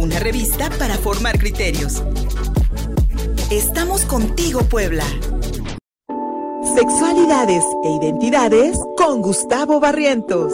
una revista para formar criterios. Estamos contigo, Puebla. Sexualidades e identidades con Gustavo Barrientos.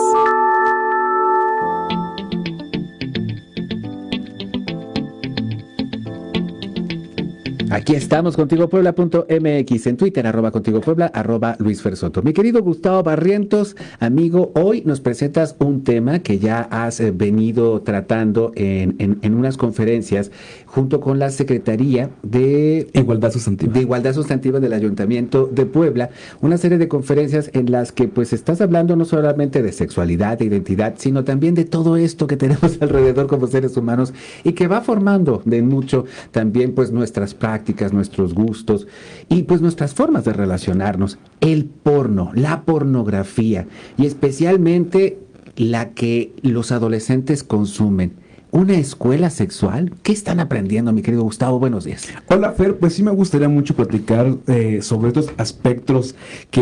Aquí estamos, contigopuebla.mx, en Twitter, @contigopuebla, @Luis Fersoto. Mi querido Gustavo Barrientos, amigo, hoy nos presentas un tema que ya has venido tratando en unas conferencias junto con la Secretaría de Igualdad Sustantiva del Ayuntamiento de Puebla, una serie de conferencias en las que pues estás hablando no solamente de sexualidad, de identidad, sino también de todo esto que tenemos alrededor como seres humanos y que va formando de mucho también pues nuestras prácticas, nuestros gustos y pues nuestras formas de relacionarnos. El porno, la pornografía y especialmente la que los adolescentes consumen. ¿Una escuela sexual? ¿Qué están aprendiendo, mi querido Gustavo? Buenos días. Hola, Fer. Pues sí me gustaría mucho platicar sobre estos aspectos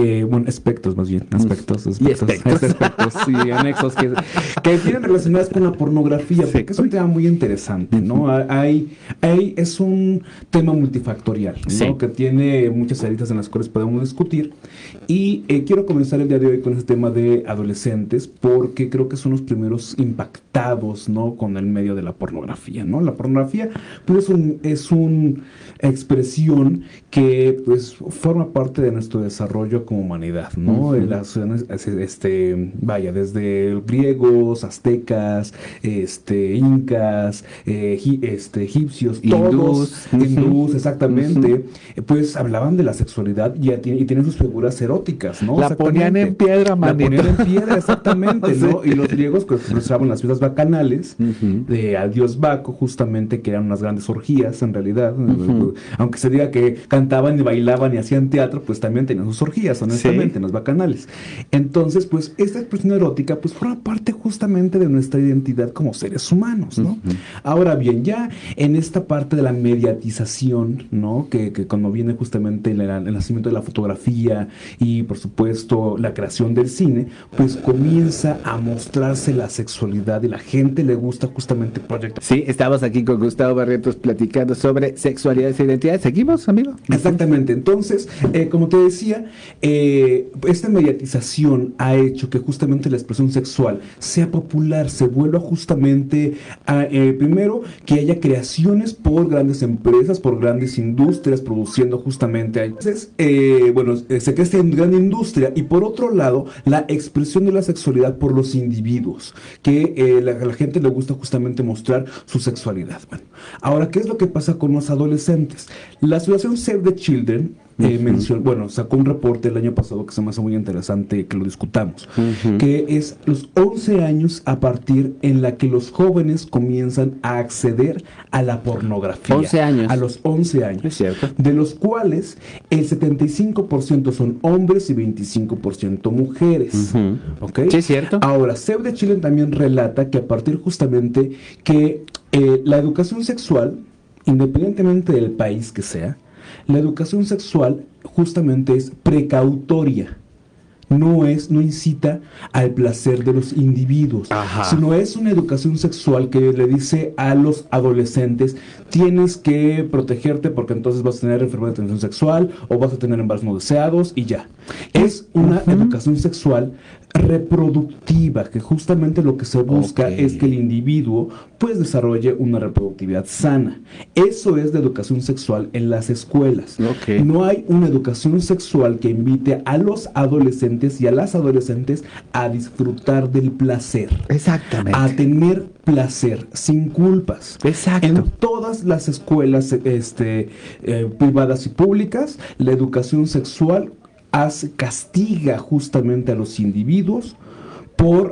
y anexos que tienen relacionados con la pornografía, porque es un tema muy interesante, ¿no? Es un tema multifactorial, ¿no? Sí. Que tiene muchas aristas en las cuales podemos discutir. Y quiero comenzar el día de hoy con este tema de adolescentes, porque creo que son los primeros impactados, ¿no? Con el medio de la pornografía, ¿no? La pornografía pues es una expresión que pues forma parte de nuestro desarrollo como humanidad, ¿no? Desde griegos, aztecas, incas, egipcios, hindús, exactamente, pues hablaban de la sexualidad y tienen sus figuras eróticas, ¿no? La ponían en piedra, exactamente, ¿no? Sí. Y los griegos pues usaban las fiestas bacanales, al dios Baco, justamente, que eran unas grandes orgías, en realidad. Aunque se diga que cantaban y bailaban y hacían teatro, pues también tenían sus orgías, honestamente, en los bacanales. Entonces, pues, esta expresión erótica, pues, forma parte justamente de nuestra identidad como seres humanos, ¿no? Ahora bien, ya en esta parte de la mediatización, ¿no? Que cuando viene justamente el nacimiento de la fotografía y, por supuesto, la creación del cine, pues, comienza a mostrarse la sexualidad y la gente le gusta justamente proyectar. Sí, estamos aquí con Gustavo Barrientos platicando sobre sexualidades e identidades. ¿Seguimos, amigo? Exactamente. Entonces, como te decía, esta mediatización ha hecho que justamente la expresión sexual sea popular, se vuelva justamente primero, que haya creaciones por grandes empresas, por grandes industrias produciendo justamente. Entonces, se crea esta gran industria y por otro lado, la expresión de la sexualidad por los individuos, que la gente le gusta justamente mostrar su sexualidad. Bueno, ahora, ¿qué es lo que pasa con los adolescentes? La asociación Save the Children sacó un reporte el año pasado que se me hace muy interesante que lo discutamos, que es los 11 años a partir en la que los jóvenes comienzan a acceder a la pornografía. 11 años. A los 11 años. Es cierto. De los cuales el 75% son hombres y 25% mujeres. ¿Ok? Sí, es cierto. Ahora, Save the Children también relata que a partir justamente que la educación sexual, independientemente del país que sea, la educación sexual justamente es precautoria. No incita al placer de los individuos, sino es una educación sexual que le dice a los adolescentes: tienes que protegerte porque entonces vas a tener enfermedad de transmisión sexual o vas a tener embarazos no deseados y ya. Es una educación sexual reproductiva, que justamente lo que se busca es que el individuo pues desarrolle una reproductividad sana. Eso es de educación sexual en las escuelas. No hay una educación sexual que invite a los adolescentes y a las adolescentes a disfrutar del placer. Exactamente. A tener placer sin culpas. Exacto. En todas las escuelas privadas y públicas, la educación sexual castiga justamente a los individuos por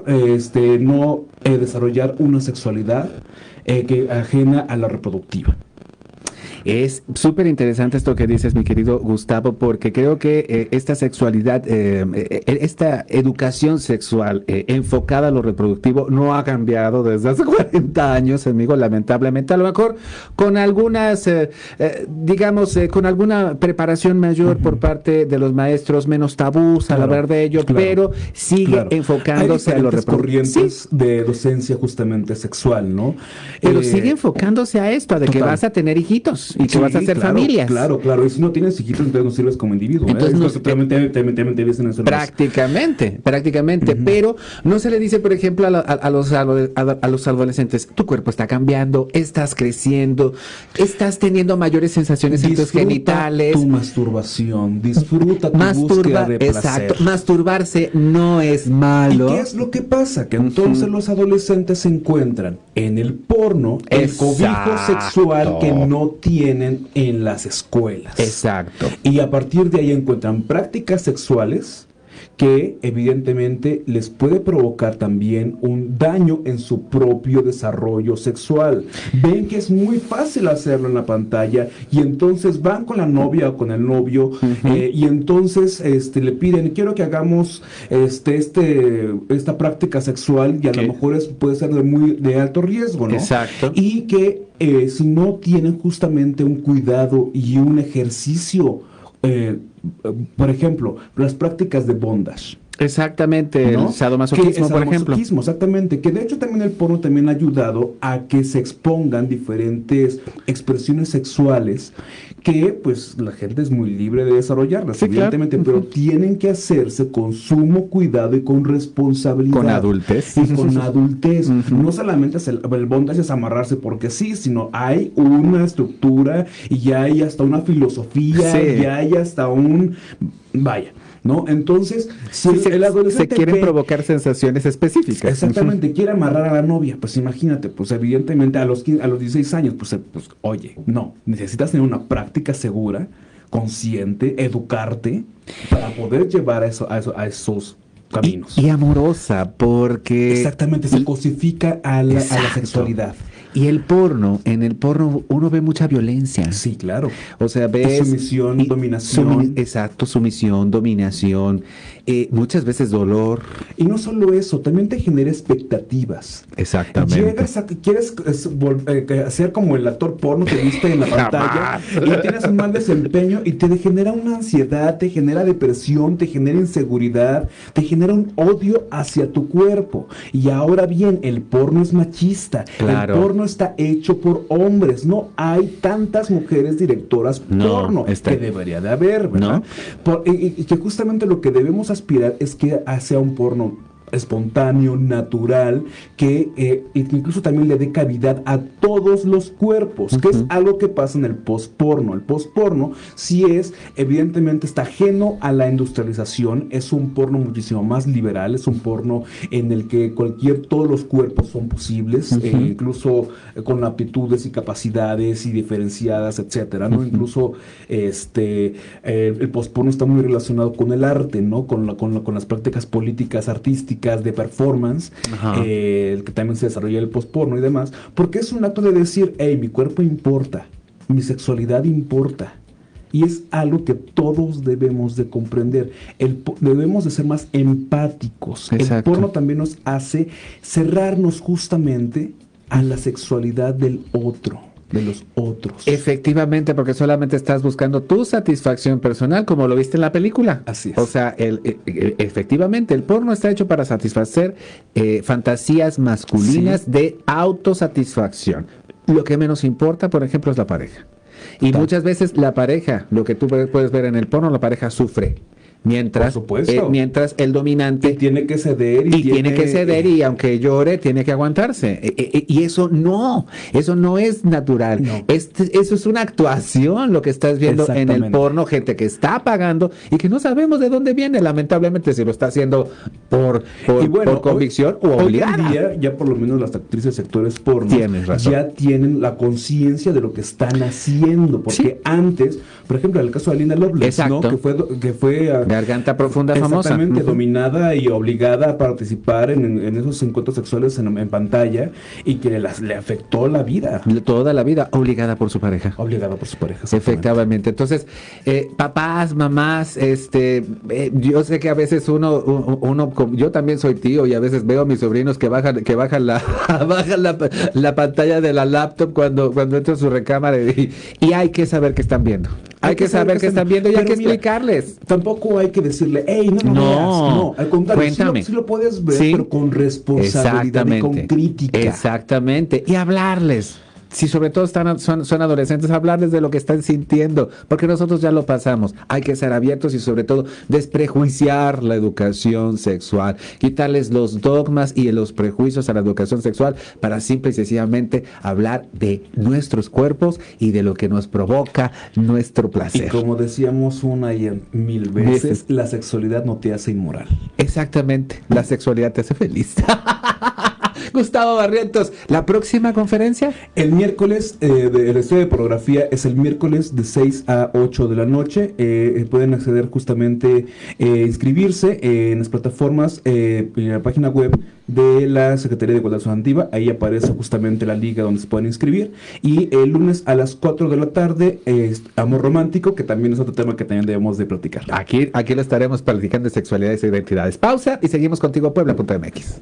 no desarrollar una sexualidad que ajena a la reproductiva. Es súper interesante esto que dices, mi querido Gustavo, porque creo que esta sexualidad, esta educación sexual enfocada a lo reproductivo no ha cambiado desde hace 40 años, amigo, lamentablemente. A lo mejor con algunas, digamos, con alguna preparación mayor por parte de los maestros, menos tabús al hablar de ello, pero sigue enfocándose a lo reproductivo. Corrientes de docencia justamente sexual, ¿no? Pero sigue enfocándose a esto, de que vas a tener hijitos y que vas a hacer familias. Claro. Y si no tienes hijitos, entonces no sirves como individuo. Entonces, prácticamente. Pero no se le dice, por ejemplo, a los adolescentes, tu cuerpo está cambiando, estás creciendo, estás teniendo mayores sensaciones en tus genitales. Tu masturbación, disfruta tu búsqueda de placer. Exacto, masturbarse no es malo. ¿Y qué es lo que pasa? Que entonces los adolescentes se encuentran en el porno el cobijo sexual que no tienen en las escuelas. Exacto. Y a partir de ahí encuentran prácticas sexuales que evidentemente les puede provocar también un daño en su propio desarrollo sexual. Ven que es muy fácil hacerlo en la pantalla y entonces van con la novia o con el novio y entonces le piden, quiero que hagamos esta práctica sexual y a lo mejor puede ser de alto riesgo, ¿no? Exacto. Y que si no tienen justamente un cuidado y un ejercicio, por ejemplo, las prácticas de bondage. Exactamente, ¿no? El sadomasoquismo, por ejemplo. Exactamente, que de hecho también el porno también ha ayudado a que se expongan diferentes expresiones sexuales que pues la gente es muy libre de desarrollarlas, evidentemente, pero tienen que hacerse con sumo cuidado y con responsabilidad. Con adultez. Y con adultez. No solamente el bondage es amarrarse porque sí, sino hay una estructura y ya hay hasta una filosofía, ya hay hasta vaya, ¿no? Entonces, si el adolescente se quieren provocar sensaciones específicas. Exactamente, quiere amarrar a la novia, pues imagínate, pues evidentemente a los 16 años, pues oye, no, necesitas tener una práctica segura, consciente, educarte, para poder llevar a esos caminos. Y amorosa, porque... Exactamente, se cosifica a la sexualidad. Y en el porno uno ve mucha violencia. Sí, claro. O sea, ves... Sumisión, dominación. Sumisión, dominación, muchas veces dolor. Y no solo eso, también te genera expectativas. Exactamente. Quieres hacer como el actor porno que viste en la pantalla y tienes un mal desempeño y te genera una ansiedad, te genera depresión, te genera inseguridad, te genera un odio hacia tu cuerpo. Y ahora bien, el porno es machista. Claro. El porno está hecho por hombres. No hay tantas mujeres directoras porno que debería de haber, ¿verdad? Y que justamente lo que debemos aspirar es que sea un porno espontáneo, natural, que incluso también le dé cavidad a todos los cuerpos, que es algo que pasa en el post-porno. El post-porno sí evidentemente está ajeno a la industrialización, es un porno muchísimo más liberal, es un porno en el que todos los cuerpos son posibles, incluso con aptitudes y capacidades y diferenciadas, etcétera, ¿no? Incluso el post-porno está muy relacionado con el arte, ¿no? Con las prácticas políticas, artísticas, de performance, el que también se desarrolla el post-porno y demás, porque es un acto de decir, hey, mi cuerpo importa, mi sexualidad importa, y es algo que todos debemos de comprender. Debemos de ser más empáticos. Exacto. El porno también nos hace cerrarnos justamente a la sexualidad del otro, de los otros. Efectivamente, porque solamente estás buscando tu satisfacción personal, como lo viste en la película. Así es. O sea, efectivamente, el porno está hecho para satisfacer fantasías masculinas de autosatisfacción. Lo que menos importa, por ejemplo, es la pareja. Y muchas veces la pareja, lo que tú puedes ver en el porno, la pareja sufre. Mientras el dominante tiene que ceder y aunque llore tiene que aguantarse, y eso no es natural. Eso es una actuación, lo que estás viendo en el porno, gente que está pagando y que no sabemos de dónde viene, lamentablemente, si lo está haciendo por convicción o obligada. Hoy en día ya por lo menos las actrices, actores porno ya tienen la conciencia de lo que están haciendo, porque antes, por ejemplo, en el caso de Linda Lovelace, ¿no? que fue Garganta Profunda famosa. Exactamente, dominada y obligada a participar en esos encuentros sexuales en pantalla y que le afectó la vida. Toda la vida, obligada por su pareja. Obligada por su pareja. Efectivamente. Entonces, papás, mamás, yo sé que a veces uno, yo también soy tío y a veces veo a mis sobrinos que bajan la pantalla de la laptop cuando entro en su recámara y hay que saber qué están viendo. Hay que saber qué están viendo y hay que explicarles. Tampoco hay que decirle, hey, no lo veas. No, al contrario, cuéntame. Sí lo puedes ver, pero con responsabilidad y con crítica. Exactamente. Y hablarles. Si sobre todo son adolescentes, hablarles de lo que están sintiendo, porque nosotros ya lo pasamos. Hay que ser abiertos y sobre todo desprejuiciar la educación sexual, quitarles los dogmas y los prejuicios a la educación sexual para simple y sencillamente hablar de nuestros cuerpos y de lo que nos provoca nuestro placer. Y como decíamos una y mil veces, la sexualidad no te hace inmoral. Exactamente, la sexualidad te hace feliz. Gustavo Barrientos, ¿la próxima conferencia? El miércoles, el estudio de pornografía es el miércoles de 6 a 8 de la noche. Pueden acceder justamente, inscribirse en las plataformas, en la página web de la Secretaría de Igualdad Sustantiva. Ahí aparece justamente la liga donde se pueden inscribir. Y el lunes a las 4 de la tarde, Amor Romántico, que también es otro tema que también debemos de platicar. Aquí lo estaremos platicando de sexualidades e identidades. Pausa y seguimos contigo, Puebla.mx.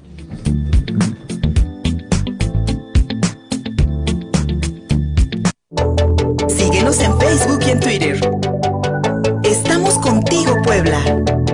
Síguenos en Facebook y en Twitter. Estamos contigo, Puebla.